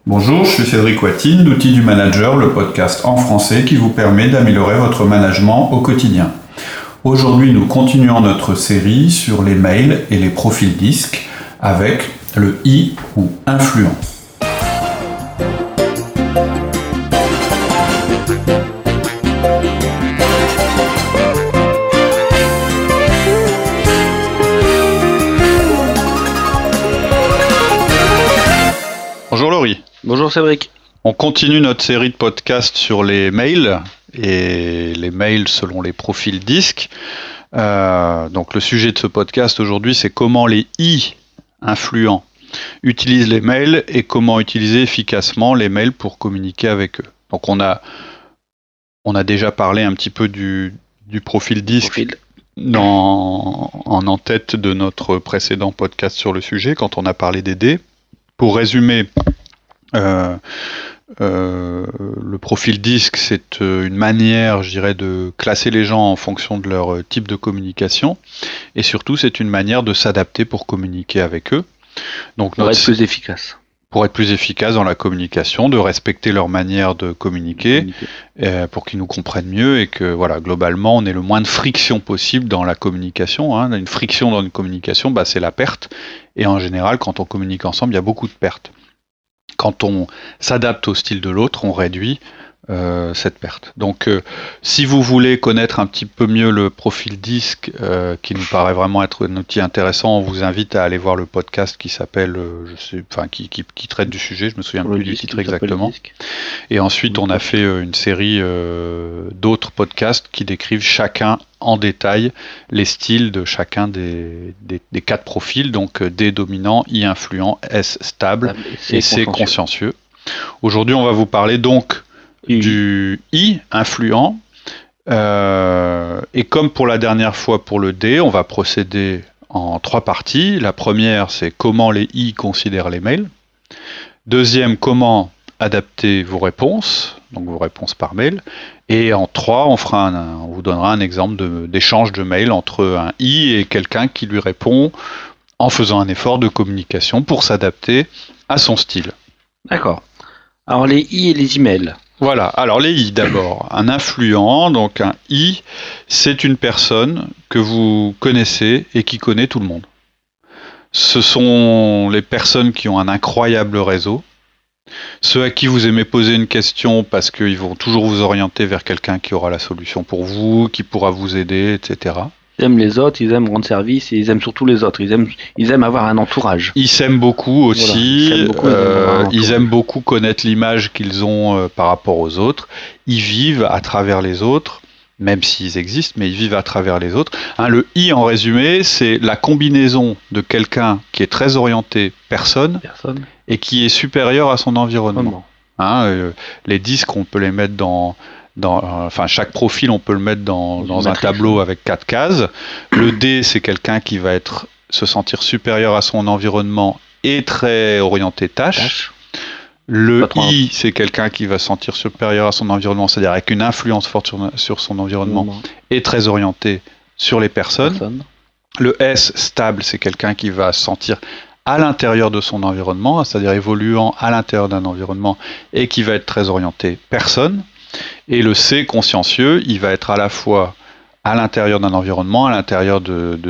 Bonjour, je suis Cédric Watine d'Outils du Manager, le podcast en français qui vous permet d'améliorer votre management au quotidien. Aujourd'hui, nous continuons notre série sur les mails et les profils disques avec le I ou influent. Bonjour Laurie. Bonjour Cédric. On continue notre série de podcasts sur les mails et les mails selon les profils disques. Donc le sujet de ce podcast aujourd'hui, c'est comment les I influents utilisent les mails et comment utiliser efficacement les mails pour communiquer avec eux. Donc on a déjà parlé un petit peu du profil disque en tête de notre précédent podcast sur le sujet quand on a parlé des dés. Pour résumer, le profil disque, c'est une manière, je dirais, de classer les gens en fonction de leur type de communication, et surtout, c'est une manière de s'adapter pour communiquer avec eux. Donc, pour être plus efficace. Pour être plus efficace dans la communication, de respecter leur manière de communiquer. Pour qu'ils nous comprennent mieux et que, voilà, globalement, on ait le moins de friction possible dans la communication. Une friction dans une communication, c'est la perte. Et en général, quand on communique ensemble, il y a beaucoup de pertes. Quand on s'adapte au style de l'autre, on réduit cette perte. Donc, si vous voulez connaître un petit peu mieux le profil disque, qui nous paraît vraiment être un outil intéressant, on vous invite à aller voir le podcast qui s'appelle, qui traite du sujet. Je me souviens plus du titre exactement. Et ensuite, on a fait une série d'autres podcasts qui décrivent chacun en détail les styles de chacun des 4 profils, donc D dominant, I influent, S stable et C consciencieux. Aujourd'hui, on va vous parler donc du I influent, et comme pour la dernière fois pour le D, on va procéder en 3 parties. La première, c'est comment les I considèrent les mails. Deuxième, comment adapter vos réponses, donc vos réponses par mail. Et en 3, on vous donnera un exemple d'échange de mail entre un I et quelqu'un qui lui répond en faisant un effort de communication pour s'adapter à son style. D'accord. Alors les I et les emails. Voilà, alors les I d'abord. Un influent, donc un I, c'est une personne que vous connaissez et qui connaît tout le monde. Ce sont les personnes qui ont un incroyable réseau, ceux à qui vous aimez poser une question parce qu'ils vont toujours vous orienter vers quelqu'un qui aura la solution pour vous, qui pourra vous aider, etc. Ils aiment les autres, ils aiment rendre service et ils aiment surtout les autres. Ils aiment avoir un entourage. Ils s'aiment beaucoup aussi. Ils aiment beaucoup connaître l'image qu'ils ont par rapport aux autres. Ils vivent à travers les autres, même s'ils existent, mais ils vivent à travers les autres. Le I, en résumé, c'est la combinaison de quelqu'un qui est très orienté personne. Et qui est supérieur à son environnement. Les disques, on peut les mettre chaque profil, on peut le mettre dans un tableau avec 4 cases. Le D, c'est quelqu'un qui va se sentir supérieur à son environnement et très orienté tâche. Le I, c'est quelqu'un qui va se sentir supérieur à son environnement, c'est-à-dire avec une influence forte sur son environnement et très orienté sur les personnes. Le S, stable, c'est quelqu'un qui va se sentir à l'intérieur de son environnement, c'est-à-dire évoluant à l'intérieur d'un environnement et qui va être très orienté personne. Et le C, consciencieux, il va être à la fois à l'intérieur d'un environnement, à l'intérieur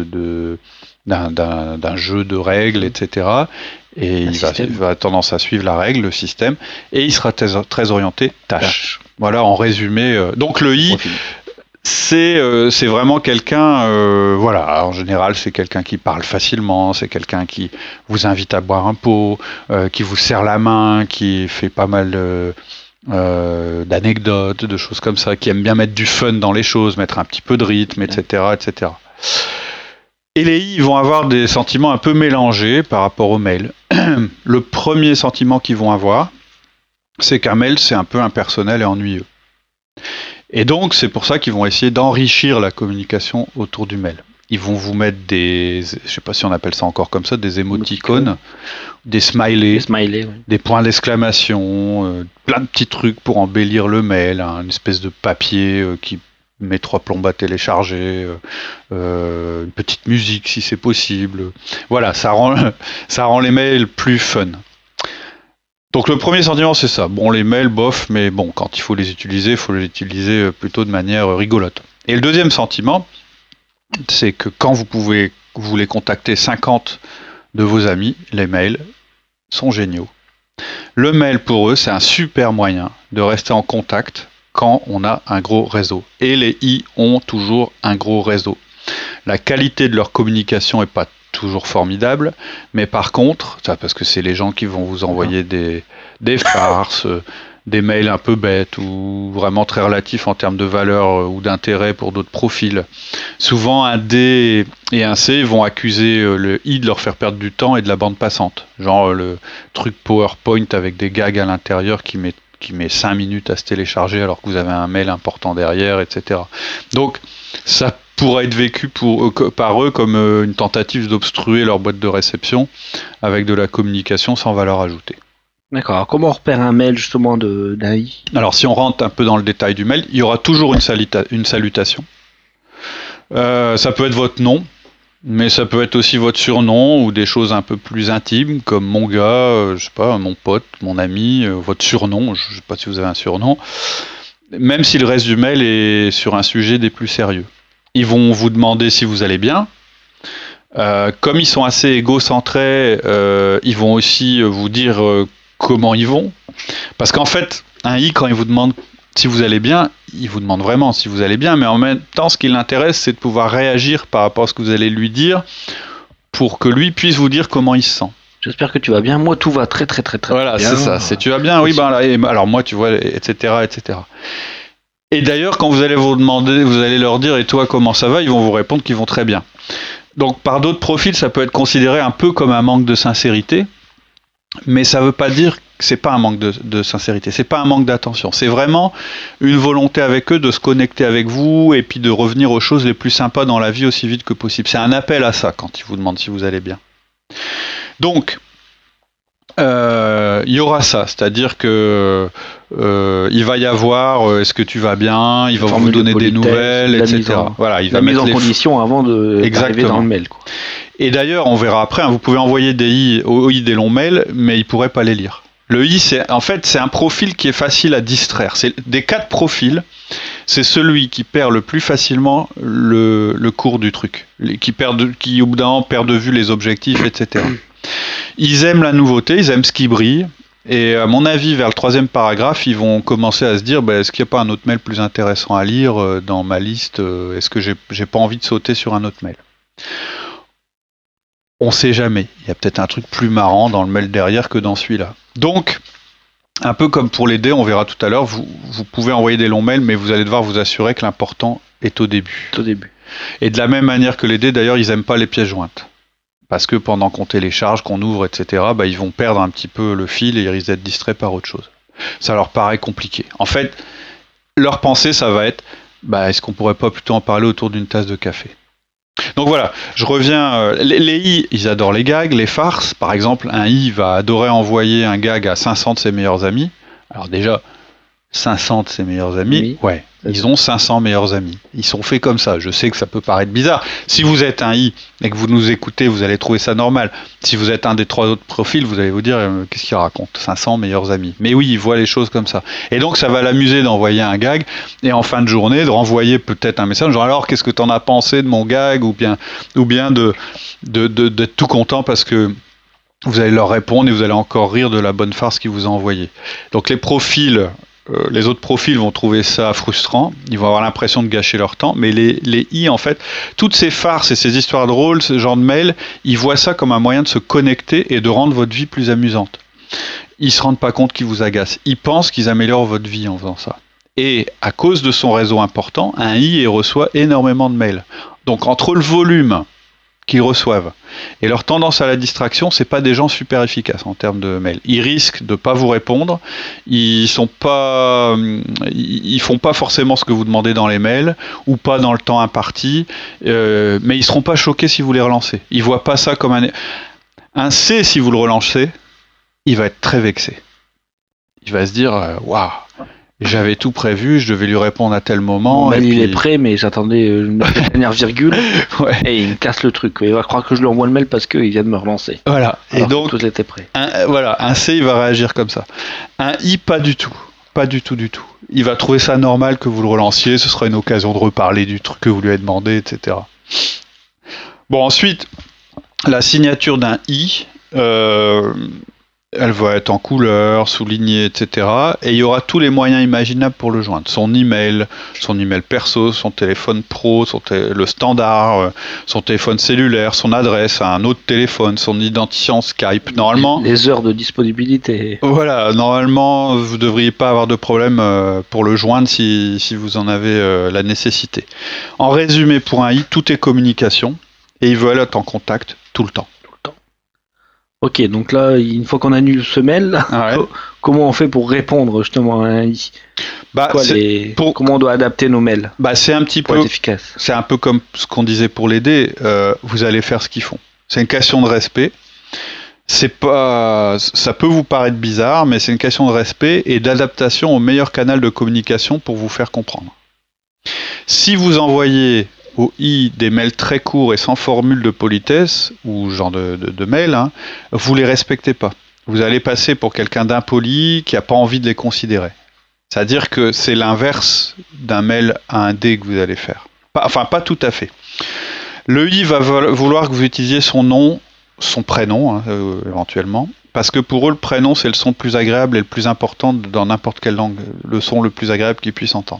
d'un jeu de règles, etc. Et il va avoir tendance à suivre la règle, le système, et il sera très orienté tâche. Voilà, en résumé. Donc le I, c'est vraiment quelqu'un, en général, c'est quelqu'un qui parle facilement, c'est quelqu'un qui vous invite à boire un pot, qui vous serre la main, qui fait pas mal d'anecdotes, de choses comme ça, qui aime bien mettre du fun dans les choses, mettre un petit peu de rythme, etc., etc. Et les I vont avoir des sentiments un peu mélangés par rapport aux mails. Le premier sentiment qu'ils vont avoir, c'est qu'un mail, c'est un peu impersonnel et ennuyeux. Et donc, c'est pour ça qu'ils vont essayer d'enrichir la communication autour du mail. Ils vont vous mettre je sais pas si on appelle ça encore comme ça, des émoticônes, des smileys, des points d'exclamation, plein de petits trucs pour embellir le mail, une espèce de papier qui met 3 plombes à télécharger, une petite musique si c'est possible. Voilà, ça rend les mails plus fun. Donc le premier sentiment, c'est ça. Bon, les mails, bof, mais bon, quand il faut les utiliser plutôt de manière rigolote. Et le deuxième sentiment, c'est que quand vous voulez contacter 50 de vos amis, les mails sont géniaux. Le mail pour eux, c'est un super moyen de rester en contact quand on a un gros réseau. Et les I ont toujours un gros réseau. La qualité de leur communication n'est pas toujours formidable, mais par contre, ça parce que c'est les gens qui vont vous envoyer des farces, des mails un peu bêtes ou vraiment très relatifs en termes de valeur ou d'intérêt pour d'autres profils. Souvent, un D et un C vont accuser le I de leur faire perdre du temps et de la bande passante. Genre le truc PowerPoint avec des gags à l'intérieur qui met 5 minutes à se télécharger alors que vous avez un mail important derrière, etc. Donc, ça pourrait être vécu par eux comme une tentative d'obstruer leur boîte de réception avec de la communication sans valeur ajoutée. D'accord. Alors comment on repère un mail justement d'un I ? Alors si on rentre un peu dans le détail du mail, il y aura toujours une salutation. Ça peut être votre nom, mais ça peut être aussi votre surnom ou des choses un peu plus intimes comme mon gars, je sais pas, mon pote, mon ami, votre surnom. Je sais pas si vous avez un surnom. Même si le reste du mail est sur un sujet des plus sérieux. Ils vont vous demander si vous allez bien. Comme ils sont assez égocentrés, ils vont aussi vous dire comment ils vont. Parce qu'en fait, un I, quand il vous demande si vous allez bien, il vous demande vraiment si vous allez bien, mais en même temps, ce qui l'intéresse, c'est de pouvoir réagir par rapport à ce que vous allez lui dire pour que lui puisse vous dire comment il se sent. J'espère que tu vas bien. Moi, tout va très très très très voilà, bien. Voilà, c'est ça. C'est tu vas bien, oui, ben là, alors moi, tu vois, etc., etc. Et d'ailleurs, quand vous allez vous demander, vous allez leur dire, et toi, comment ça va ? Ils vont vous répondre qu'ils vont très bien. Donc, par d'autres profils, ça peut être considéré un peu comme un manque de sincérité, mais ça ne veut pas dire que c'est pas un manque de sincérité, c'est pas un manque d'attention. C'est vraiment une volonté avec eux de se connecter avec vous et puis de revenir aux choses les plus sympas dans la vie aussi vite que possible. C'est un appel à ça quand ils vous demandent si vous allez bien. Donc, il y aura ça, c'est-à-dire que il va y avoir est-ce que tu vas bien, il va vous donner des nouvelles, etc. Voilà, il va mettre mise en condition avant d'arriver dans le mail, quoi. Et d'ailleurs, on verra après, vous pouvez envoyer des I des longs mails, mais il pourrait pas les lire. Le I, c'est un profil qui est facile à distraire. C'est des 4 profils, c'est celui qui perd le plus facilement le cours du truc, qui au bout d'un moment perd de vue les objectifs, etc. Ils aiment la nouveauté, ils aiment ce qui brille, et à mon avis, vers le 3e paragraphe, ils vont commencer à se dire, est-ce qu'il n'y a pas un autre mail plus intéressant à lire dans ma liste ? Est-ce que j'ai pas envie de sauter sur un autre mail ? On sait jamais. Il y a peut-être un truc plus marrant dans le mail derrière que dans celui-là. Donc, un peu comme pour les dés, on verra tout à l'heure, vous pouvez envoyer des longs mails, mais vous allez devoir vous assurer que l'important est au début. Et de la même manière que les dés, d'ailleurs, ils n'aiment pas les pièces jointes. Parce que pendant qu'on télécharge, qu'on ouvre, etc., ils vont perdre un petit peu le fil et ils risquent d'être distraits par autre chose. Ça leur paraît compliqué. En fait, leur pensée, ça va être, est-ce qu'on pourrait pas plutôt en parler autour d'une tasse de café ? Donc voilà, je reviens. Les I, ils adorent les gags, les farces. Par exemple, un I va adorer envoyer un gag à 500 de ses meilleurs amis. Alors déjà, 500 de ses meilleurs amis, ouais, ils ont 500 meilleurs amis. Ils sont faits comme ça. Je sais que ça peut paraître bizarre. Si vous êtes un I et que vous nous écoutez, vous allez trouver ça normal. Si vous êtes un des 3 autres profils, vous allez vous dire qu'est-ce qu'il raconte ? 500 meilleurs amis. Mais oui, il voit les choses comme ça. Et donc ça va l'amuser d'envoyer un gag et en fin de journée de renvoyer peut-être un message genre alors qu'est-ce que t'en as pensé de mon gag ou bien d'être tout content parce que vous allez leur répondre et vous allez encore rire de la bonne farce qu'ils vous ont envoyée. Donc les autres profils vont trouver ça frustrant, ils vont avoir l'impression de gâcher leur temps, mais les I, en fait, toutes ces farces et ces histoires drôles, ce genre de mails, ils voient ça comme un moyen de se connecter et de rendre votre vie plus amusante. Ils se rendent pas compte qu'ils vous agacent. Ils pensent qu'ils améliorent votre vie en faisant ça. Et à cause de son réseau important, un I reçoit énormément de mails. Donc entre le volume qu'ils reçoivent et leur tendance à la distraction, c'est pas des gens super efficaces en termes de mails. Ils risquent de pas vous répondre, ils font pas forcément ce que vous demandez dans les mails ou pas dans le temps imparti, mais ils seront pas choqués si vous les relancez. Ils voient pas ça comme un C si vous le relancez, il va être très vexé. Il va se dire waouh, J'avais tout prévu, je devais lui répondre à tel moment. Mon mail il est prêt, mais j'attendais la dernière virgule et il me casse le truc. Il va croire que je lui envoie le mail parce qu'il vient de me relancer. Voilà. Alors et donc tout était prêt. Un C il va réagir comme ça. Un I pas du tout. Pas du tout. Il va trouver ça normal que vous le relanciez, ce sera une occasion de reparler du truc que vous lui avez demandé, etc. Bon, ensuite, la signature d'un I, elle va être en couleur, soulignée, etc. Et il y aura tous les moyens imaginables pour le joindre. Son email perso, son téléphone pro, le standard, son téléphone cellulaire, son adresse à un autre téléphone, son identifiant Skype. Normalement, les heures de disponibilité. Voilà, normalement, vous ne devriez pas avoir de problème pour le joindre si vous en avez la nécessité. En résumé, pour un I, tout est communication et ils veulent être en contact tout le temps. Ok, donc là, une fois qu'on annule ce mail, comment on fait pour répondre justement à un I ? Comment on doit adapter nos mails c'est un petit peu efficace. C'est un peu comme ce qu'on disait pour les D. Vous allez faire ce qu'ils font. C'est une question de respect. Ça peut vous paraître bizarre, mais c'est une question de respect et d'adaptation au meilleur canal de communication pour vous faire comprendre. Si vous envoyez au I des mails très courts et sans formule de politesse, ou genre de mail, vous les respectez pas. Vous allez passer pour quelqu'un d'impoli qui n'a pas envie de les considérer. C'est-à-dire que c'est l'inverse d'un mail à un D que vous allez faire. Pas tout à fait. Le I va vouloir que vous utilisiez son nom, son prénom, éventuellement, parce que pour eux, le prénom, c'est le son le plus agréable et le plus important dans n'importe quelle langue, le son le plus agréable qu'ils puissent entendre.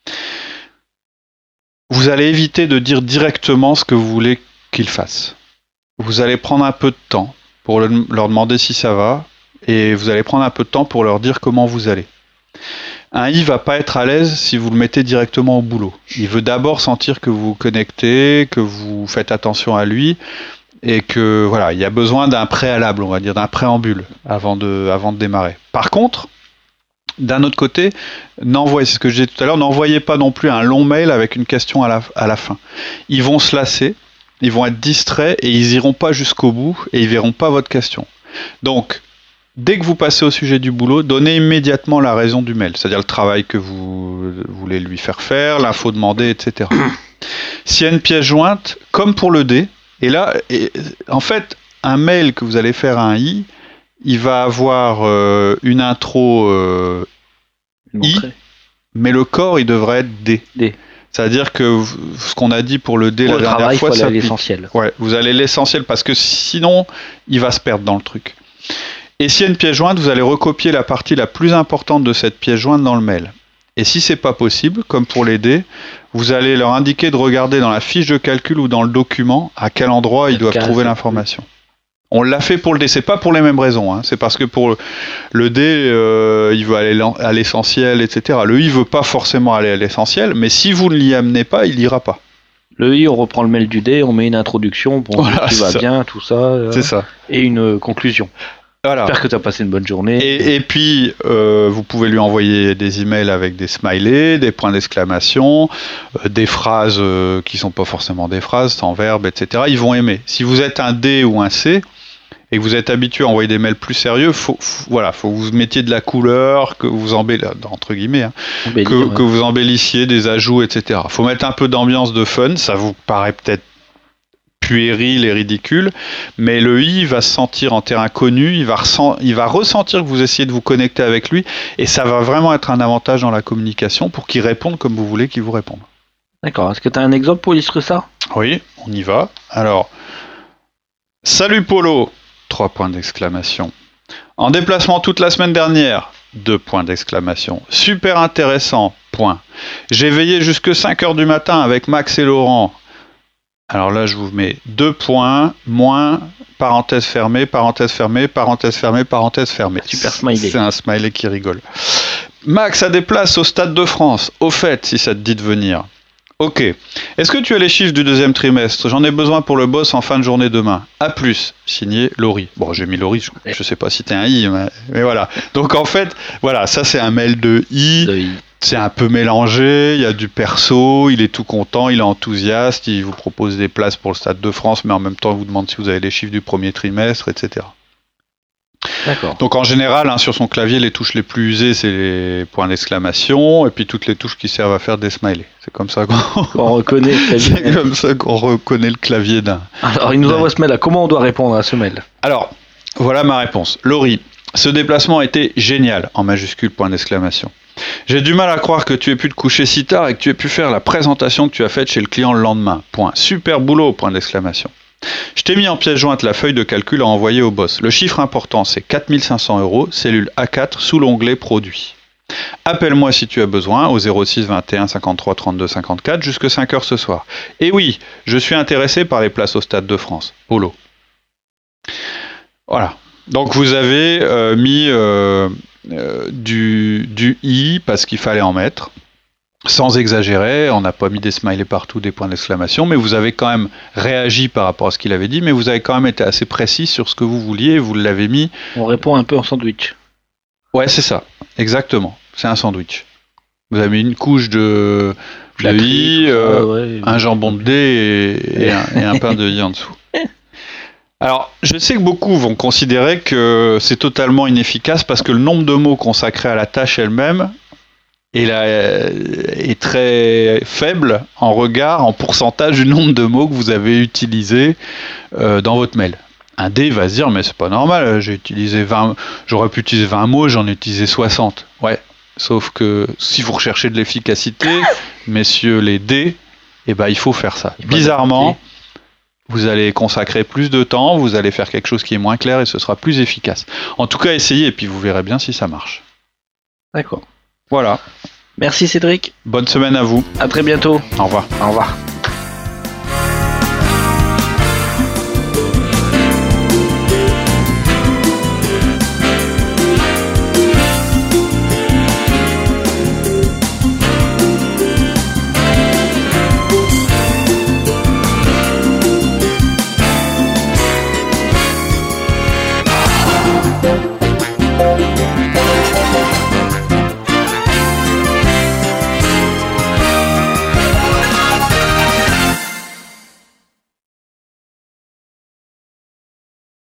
Vous allez éviter de dire directement ce que vous voulez qu'ils fassent. Vous allez prendre un peu de temps pour leur demander si ça va, et vous allez prendre un peu de temps pour leur dire comment vous allez. Un I va pas être à l'aise si vous le mettez directement au boulot. Il veut d'abord sentir que vous vous connectez, que vous faites attention à lui, et que voilà, il y a besoin d'un préalable, on va dire, d'un préambule avant de démarrer. Par contre, d'un autre côté, c'est ce que je disais tout à l'heure, n'envoyez pas non plus un long mail avec une question à la fin. Ils vont se lasser, ils vont être distraits et ils iront pas jusqu'au bout et ils verront pas votre question. Donc, dès que vous passez au sujet du boulot, donnez immédiatement la raison du mail, c'est-à-dire le travail que vous voulez lui faire, l'info demandée, etc. S'il y a une pièce jointe, comme pour le D, en fait, un mail que vous allez faire à un I, il va avoir une intro I, mais le corps, il devrait être D. C'est-à-dire que ce qu'on a dit pour le D la dernière fois, c'est l'essentiel. Ouais, vous allez l'essentiel parce que sinon, il va se perdre dans le truc. Et s'il y a une pièce jointe, vous allez recopier la partie la plus importante de cette pièce jointe dans le mail. Et si c'est pas possible, comme pour les D, vous allez leur indiquer de regarder dans la fiche de calcul ou dans le document à quel endroit ils doivent trouver l'information. On l'a fait pour le D, c'est pas pour les mêmes raisons, c'est parce que pour le D, il veut aller à l'essentiel, etc. Le I veut pas forcément aller à l'essentiel, mais si vous ne l'y amenez pas, il ira pas. Le I, on reprend le mail du D, on met une introduction, qui va bien, tout ça. C'est ça. Et une conclusion. Voilà. J'espère que tu as passé une bonne journée. Et puis, vous pouvez lui envoyer des emails avec des smileys, des points d'exclamation, des phrases qui sont pas forcément des phrases, sans verbe, etc. Ils vont aimer. Si vous êtes un D ou un C, et que vous êtes habitué à envoyer des mails plus sérieux, faut que vous mettiez de la couleur, que vous entre guillemets, que vous embellissiez des ajouts, etc. Faut mettre un peu d'ambiance de fun, ça vous paraît peut-être puéril et ridicule, mais le I va se sentir en terrain connu, il va ressentir que vous essayez de vous connecter avec lui, et ça va vraiment être un avantage dans la communication pour qu'il réponde comme vous voulez qu'il vous réponde. D'accord, est-ce que tu as un exemple pour illustrer ça ? Oui, on y va. Alors, salut Polo ! 3 points d'exclamation. En déplacement toute la semaine dernière, 2 points d'exclamation. Super intéressant, point. J'ai veillé jusque 5h du matin avec Max et Laurent. Alors là, je vous mets 2 points, moins, parenthèse fermée, parenthèse fermée, parenthèse fermée, parenthèse fermée. Super smiley. C'est un smiley qui rigole. Max a des places au Stade de France. Au fait, si ça te dit de venir. Ok. Est-ce que tu as les chiffres du 2e trimestre ? J'en ai besoin pour le boss en fin de journée demain. A plus. Signé Laurie. Bon, j'ai mis Laurie, je sais pas si t'es un I, mais voilà. Donc en fait, voilà, ça c'est un mail de I. C'est un peu mélangé, il y a du perso, il est tout content, il est enthousiaste, il vous propose des places pour le Stade de France, mais en même temps il vous demande si vous avez les chiffres du 1er trimestre, etc. D'accord. Donc en général, sur son clavier, les touches les plus usées, c'est les points d'exclamation et puis toutes les touches qui servent à faire des smileys. C'est comme ça qu'on reconnaît le clavier. C'est comme ça qu'on reconnaît le clavier d'un. Alors il nous envoie ce mail là. Comment on doit répondre à ce mail? Alors, voilà ma réponse. Laurie, ce déplacement a été génial, en majuscule, point d'exclamation. J'ai du mal à croire que tu aies pu te coucher si tard et que tu aies pu faire la présentation que tu as faite chez le client le lendemain. Point. Super boulot, point d'exclamation. Je t'ai mis en pièce jointe la feuille de calcul à envoyer au boss. Le chiffre important, c'est 4 500 €, cellule A4, sous l'onglet produits. Appelle-moi si tu as besoin au 06 21 53 32 54 jusque 5h ce soir. Et oui, je suis intéressé par les places au Stade de France. Polo. Voilà. Donc vous avez mis du i parce qu'il fallait en mettre. Sans exagérer, on n'a pas mis des smileys partout, des points d'exclamation, mais vous avez quand même réagi par rapport à ce qu'il avait dit, mais vous avez quand même été assez précis sur ce que vous vouliez, vous l'avez mis. On répond un peu en sandwich. Ouais, c'est ça, exactement. C'est un sandwich. Vous avez mis une couche de i, un jambon de dé et un pain de i en dessous. Alors, je sais que beaucoup vont considérer que c'est totalement inefficace parce que le nombre de mots consacrés à la tâche elle-même est très faible en pourcentage du nombre de mots que vous avez utilisés dans votre mail. Un D va se dire, mais c'est pas normal, j'aurais pu utiliser 20 mots, j'en ai utilisé 60. Ouais, sauf que si vous recherchez de l'efficacité, messieurs les D, il faut faire ça. Bizarrement, vous allez consacrer plus de temps, vous allez faire quelque chose qui est moins clair et ce sera plus efficace. En tout cas, essayez et puis vous verrez bien si ça marche. D'accord. Voilà. Merci Cédric. Bonne semaine à vous. À très bientôt. Au revoir. Au revoir.